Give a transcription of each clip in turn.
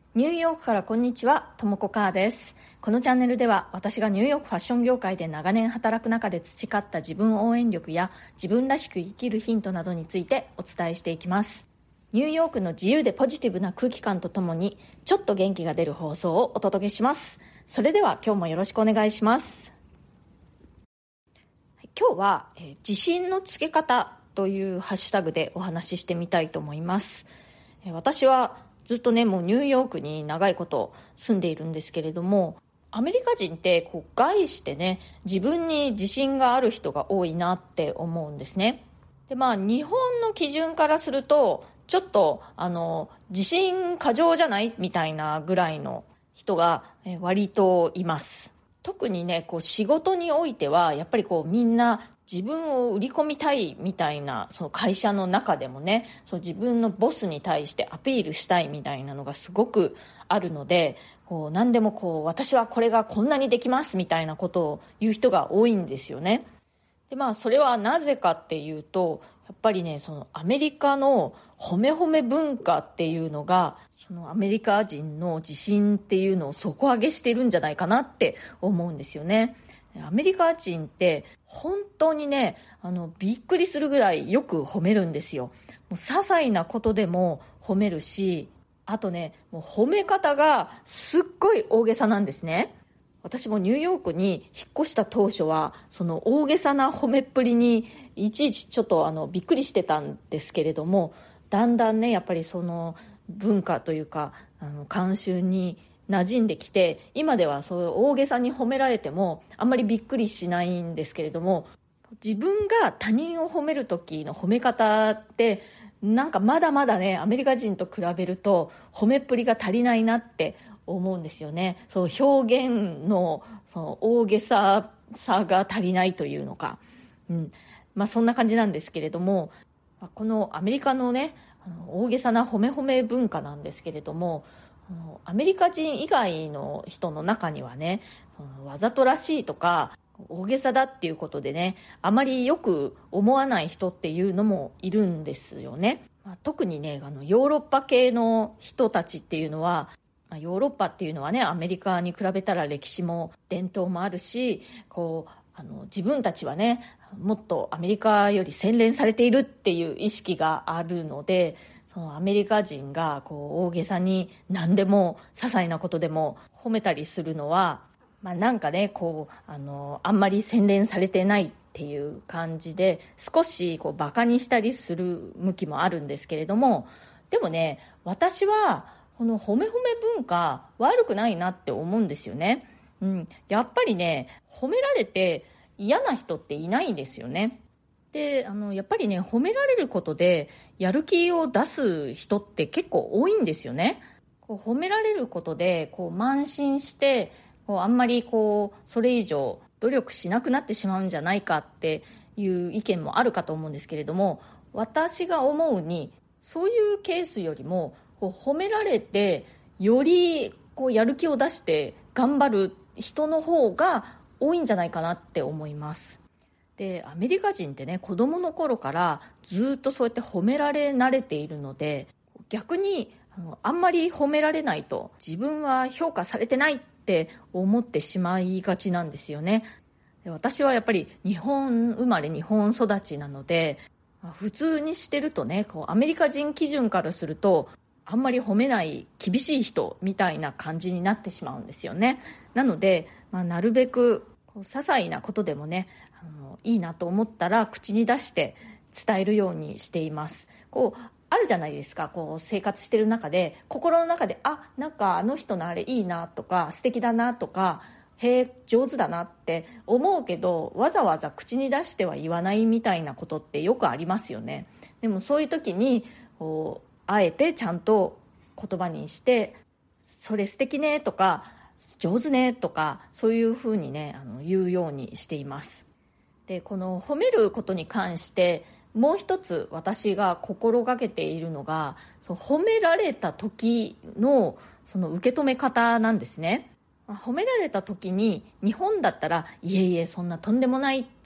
ニューヨークからこんにちは、ともこかーです。このチャンネルでは私がニューヨークファッション業界で長年働く中で培った自分応援力や自分らしく生きるヒントなどについてお伝えしていきます。ニューヨークの自由でポジティブな空気感とともにちょっと元気が出る放送をお届けします。それでは今日もよろしくお願いします。今日は自信のつけ方というハッシュタグでお話ししてみたいと思います。私はずっとね、もうニューヨークに長いこと住んでいるんですけれども、アメリカ人って概してね、自分に自信がある人が多いなって思うんですね。で、日本の基準からするとちょっと自信過剰じゃないみたいなぐらいの人が割といます。特にね、仕事においてはやっぱりみんな自分を売り込みたいみたいな、その会社の中でもね、自分のボスに対してアピールしたいみたいなのがすごくあるので、何でも私はこれがこんなにできますみたいなことを言う人が多いんですよね。で、それはなぜかっていうと、やっぱりね、そのアメリカの褒め褒め文化っていうのが、そのアメリカ人の自信っていうのを底上げしているんじゃないかなって思うんですよね。アメリカ人って本当にね、びっくりするぐらいよく褒めるんですよ。もう些細なことでも褒めるし、あとね、もう褒め方がすっごい大げさなんですね。私もニューヨークに引っ越した当初はその大げさな褒めっぷりにいちいちちょっとびっくりしてたんですけれども、だんだんね、やっぱりその文化というか慣習に馴染んできて、今ではそういう大げさに褒められてもあんまりびっくりしないんですけれども、自分が他人を褒める時の褒め方ってなんかまだまだね、アメリカ人と比べると褒めっぷりが足りないなって思うんですよね。そう表現のその大げささが足りないというのか、そんな感じなんですけれども、このアメリカのね、大げさな褒め褒め文化なんですけれども、アメリカ人以外の人の中にはね、わざとらしいとか大げさだっていうことでね、あまりよく思わない人っていうのもいるんですよね。特にね、ヨーロッパ系の人たちっていうのは、ヨーロッパっていうのはね、アメリカに比べたら歴史も伝統もあるし、自分たちはね、もっとアメリカより洗練されているっていう意識があるので、そのアメリカ人が大げさに何でも些細なことでも褒めたりするのは、なんかね、あんまり洗練されてないっていう感じで、少しバカにしたりする向きもあるんですけれども、でもね、私はこの褒め褒め文化悪くないなって思うんですよね。やっぱりね、褒められて嫌な人っていないんですよね。で、やっぱりね、褒められることでやる気を出す人って結構多いんですよね。褒められることで慢心してあんまりそれ以上努力しなくなってしまうんじゃないかっていう意見もあるかと思うんですけれども、私が思うにそういうケースよりも褒められてよりやる気を出して頑張る人の方が多いんじゃないかなって思います。で、アメリカ人ってね、子供の頃からずっとそうやって褒められ慣れているので、逆にあんまり褒められないと自分は評価されてないって思ってしまいがちなんですよね。で、私はやっぱり日本生まれ日本育ちなので、普通にしてるとね、アメリカ人基準からするとあんまり褒めない厳しい人みたいな感じになってしまうんですよね。なので、なるべく些細なことでもね、いいなと思ったら口に出して伝えるようにしています。あるじゃないですか、生活してる中で心の中でなんかあの人のあれいいなとか素敵だなとか、へえ上手だなって思うけど、わざわざ口に出しては言わないみたいなことってよくありますよね。でもそういう時にあえてちゃんと言葉にして、それ素敵ねとか上手ねとか、そういうふうにね言うようにしています。で、この褒めることに関してもう一つ私が心がけているのが、褒められた時のその受け止め方なんですね。褒められた時に日本だったらいえいえそんなとんでもないって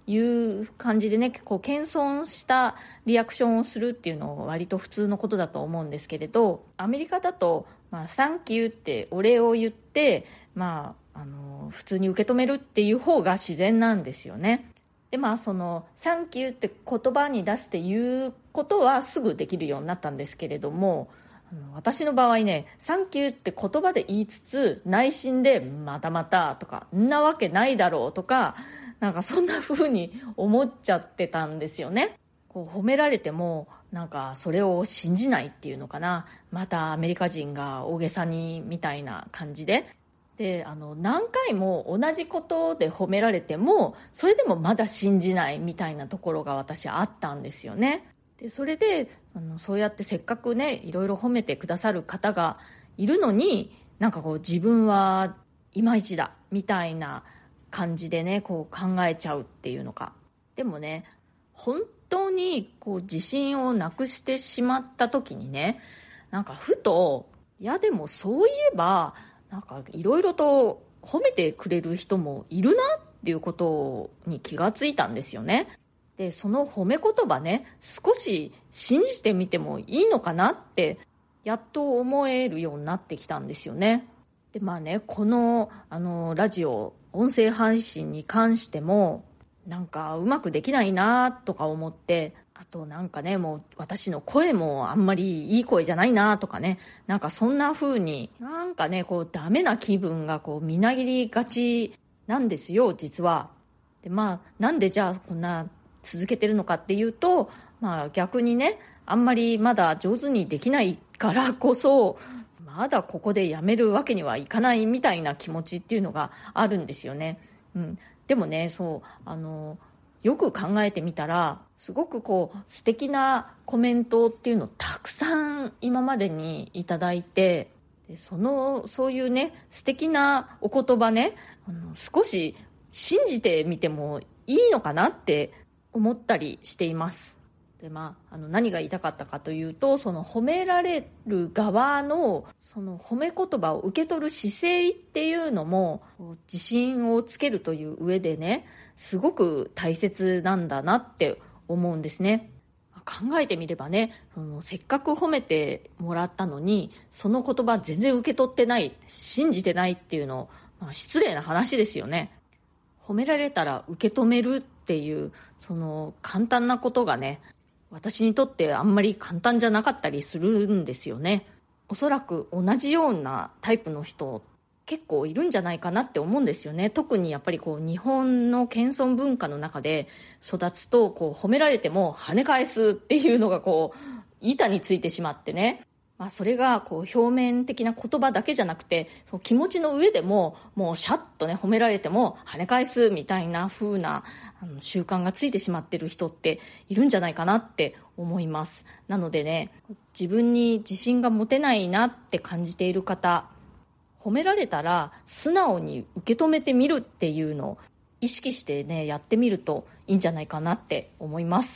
いう感じでね、こう謙遜したリアクションをするっていうのは割と普通のことだと思うんですけれど、アメリカだと、サンキューってお礼を言って、普通に受け止めるっていう方が自然なんですよね。でそのサンキューって言葉に出して言うことはすぐできるようになったんですけれども、私の場合ね、サンキューって言葉で言いつつ内心でまたまたとか、んなわけないだろうとか、なんかそんな風に思っちゃってたんですよね。こう褒められてもなんかそれを信じないっていうのかな、またアメリカ人が大げさにみたいな感じで、何回も同じことで褒められてもそれでもまだ信じないみたいなところが私あったんですよね。でそれでそうやってせっかくね、いろいろ褒めてくださる方がいるのに、なんかこう自分はいまいちだみたいな感じでね、こう考えちゃうっていうのか。でもね、本当にこう自信をなくしてしまった時にね、なんかふと、いやでもそういえばなんかいろいろと褒めてくれる人もいるなっていうことに気がついたんですよね。でその褒め言葉ね、少し信じてみてもいいのかなってやっと思えるようになってきたんですよね。でこのラジオ音声配信に関してもなんかうまくできないなとか思って、あとなんかね、もう私の声もあんまりいい声じゃないなとかね、なんかそんな風になんかね、こうダメな気分がこうみなぎりがちなんですよ、実は。でなんでじゃあこんな続けてるのかっていうと、逆にね、あんまりまだ上手にできないからこそ、まだここでやめるわけにはいかないみたいな気持ちっていうのがあるんですよね。でもね、よく考えてみたら、すごくこう素敵なコメントっていうのをたくさん今までにいただいて、でそういうね素敵なお言葉ね、少し信じてみてもいいのかなって思ったりしています。で何が言いたかったかというと、その褒められる側のその褒め言葉を受け取る姿勢っていうのも自信をつけるという上でね、すごく大切なんだなって思うんですね。考えてみればね、せっかく褒めてもらったのにその言葉全然受け取ってない、信じてないっていうの、失礼な話ですよね。褒められたら受け止めるっていうその簡単なことがね、私にとってあんまり簡単じゃなかったりするんですよね。おそらく同じようなタイプの人結構いるんじゃないかなって思うんですよね。特にやっぱりこう日本の謙遜文化の中で育つと、こう褒められても跳ね返すっていうのがこう板についてしまってね、それがこう表面的な言葉だけじゃなくて、その気持ちの上でももうシャッとね褒められても跳ね返すみたいな風な習慣がついてしまってる人っているんじゃないかなって思います。なのでね、自分に自信が持てないなって感じている方、褒められたら素直に受け止めてみるっていうのを意識してねやってみるといいんじゃないかなって思います。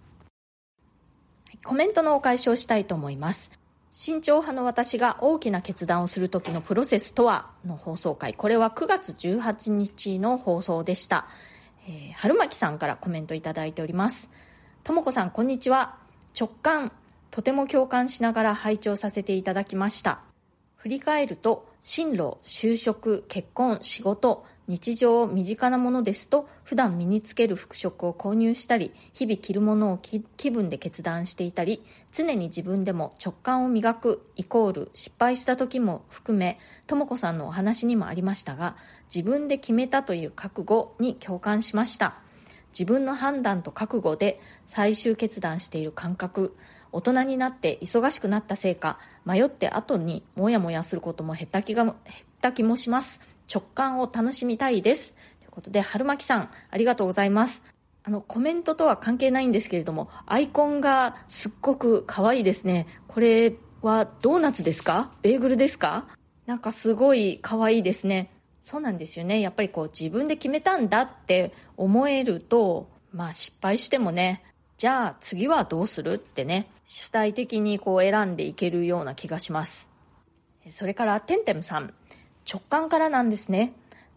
コメントのお返しをしたいと思います。慎重派の私が大きな決断をする時のプロセスとはの放送回、これは9月18日の放送でした。春巻さんからコメントいただいております。ともこさん、こんにちは。直感、とても共感しながら拝聴させていただきました。振り返ると、進路、就職、結婚、仕事、日常、身近なものですと、普段身につける服飾を購入したり、日々着るものを気分で決断していたり、常に自分でも直感を磨くイコール失敗した時も含め、ともこさんのお話にもありましたが、自分で決めたという覚悟に共感しました。自分の判断と覚悟で最終決断している感覚、大人になって忙しくなったせいか、迷って後にもやもやすることも減った気もします。直感を楽しみたいです。ということで、春巻さん、ありがとうございます。コメントとは関係ないんですけれども、アイコンがすっごく可愛いですね。これはドーナツですか？ベーグルですか？なんかすごい可愛いですね。そうなんですよね。やっぱりこう自分で決めたんだって思えると、失敗してもね、じゃあ次はどうするってね、主体的にこう選んでいけるような気がします。それからてんてんさん、直感からなんですね。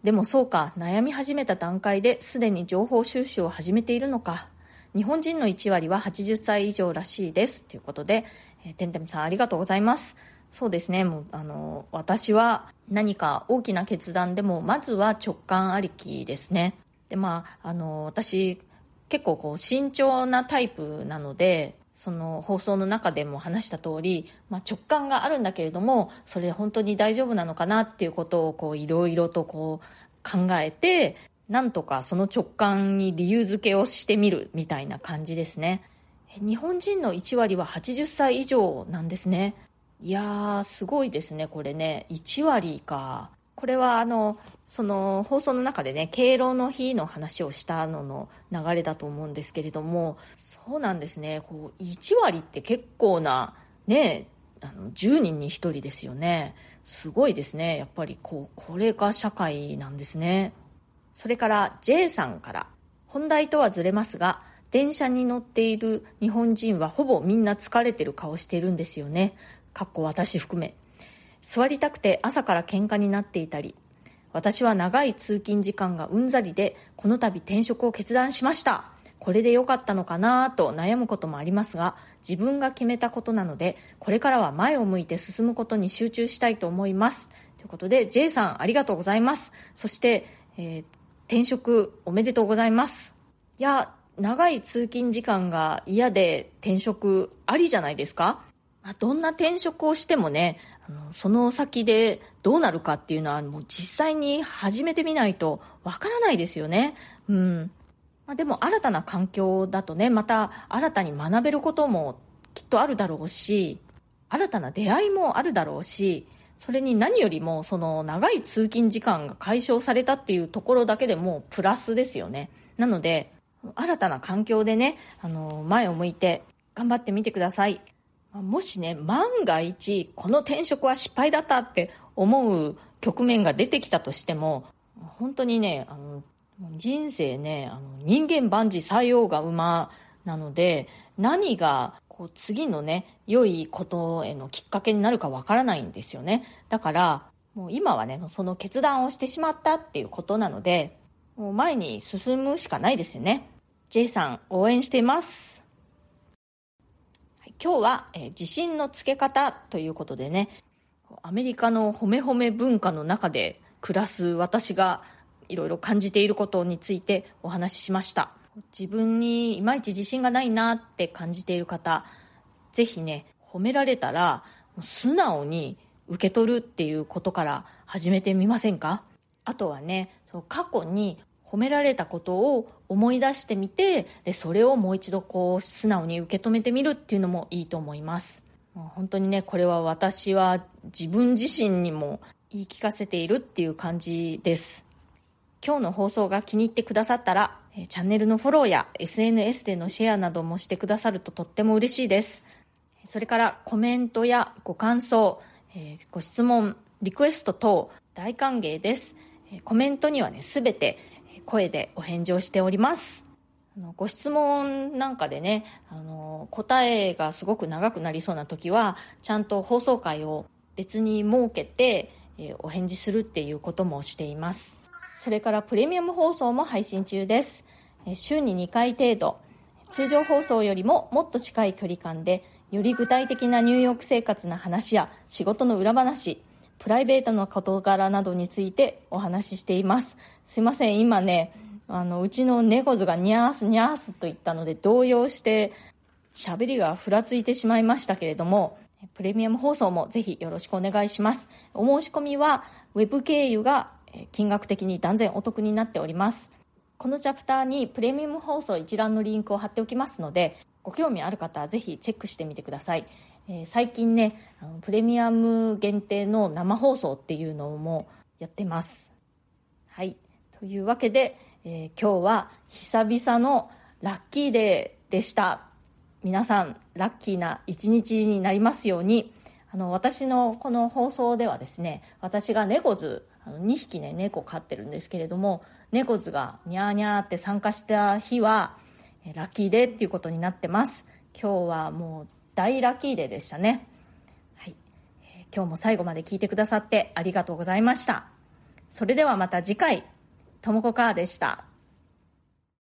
でもそうか、悩み始めた段階ですでに情報収集を始めているのか。日本人の1割は80歳以上らしいですということで、てんてんさんありがとうございます。そうですね、もう私は何か大きな決断でもまずは直感ありきですね。で私結構慎重なタイプなので、その放送の中でも話した通り、直感があるんだけれども、それ本当に大丈夫なのかなっていうことをいろいろと考えて、なんとかその直感に理由付けをしてみるみたいな感じですね。日本人の1割は80歳以上なんですね。いやー、すごいですね、これね。1割か。これはその放送の中でね、敬老の日の話をしたのの流れだと思うんですけれども、そうなんですね。1割って結構なね、10人に1人ですよね。すごいですね。やっぱり高齢化社会なんですね。それから J さんから、本題とはずれますが、電車に乗っている日本人はほぼみんな疲れてる顔しているんですよね。かっこ私含め。座りたくて朝から喧嘩になっていたり、私は長い通勤時間がうんざりで、この度転職を決断しました。これで良かったのかなと悩むこともありますが、自分が決めたことなので、これからは前を向いて進むことに集中したいと思います。ということで、J さんありがとうございます。そして、転職おめでとうございます。いや、長い通勤時間が嫌で転職ありじゃないですか。どんな転職をしてもね、その先でどうなるかっていうのはもう実際に始めてみないとわからないですよね。でも新たな環境だとね、また新たに学べることもきっとあるだろうし、新たな出会いもあるだろうし、それに何よりもその長い通勤時間が解消されたっていうところだけでもプラスですよね。なので新たな環境でね、前を向いて頑張ってみてください。もしね、万が一この転職は失敗だったって思う局面が出てきたとしても、本当にね、人生ね、人間万事採用が馬なので、何が次のね、良いことへのきっかけになるかわからないんですよね。だからもう今はね、その決断をしてしまったっていうことなので、もう前に進むしかないですよね。J さん応援しています。今日は、自信のつけ方ということでね、アメリカの褒め褒め文化の中で暮らす私がいろいろ感じていることについてお話ししました。自分にいまいち自信がないなって感じている方、ぜひね、褒められたら素直に受け取るっていうことから始めてみませんか？あとはね、過去に褒められたことを思い出してみて、でそれをもう一度素直に受け止めてみるっていうのもいいと思います。本当にね、これは私は自分自身にも言い聞かせているっていう感じです。今日の放送が気に入ってくださったら、チャンネルのフォローや SNS でのシェアなどもしてくださるととっても嬉しいです。それからコメントやご感想、ご質問、リクエスト等大歓迎です。コメントにはね、すべて声でお返事をしております。ご質問なんかでね、答えがすごく長くなりそうな時はちゃんと放送回を別に設けて、お返事するっていうこともしています。それからプレミアム放送も配信中です。週に2回程度、通常放送よりももっと近い距離感で、より具体的なニューヨーク生活の話や仕事の裏話、プライベートの事柄などについてお話ししています。すいません、今ね、うちの猫背がニャースニャースと言ったので動揺して喋りがふらついてしまいましたけれども、プレミアム放送もぜひよろしくお願いします。お申し込みはウェブ経由が金額的に断然お得になっております。このチャプターにプレミアム放送一覧のリンクを貼っておきますので、ご興味ある方はぜひチェックしてみてください。最近ね、プレミアム限定の生放送っていうのもやってます。はい、というわけで、今日は久々のラッキーデーでした。皆さんラッキーな一日になりますように。私のこの放送ではですね、私が猫図2匹ね、猫飼ってるんですけれども、猫図がニャーニャーって参加した日はラッキーデーっていうことになってます。今日はもう大ラッキーデーでしたね。はい、今日も最後まで聞いてくださってありがとうございました。 それではまた次回。ともこかーでした。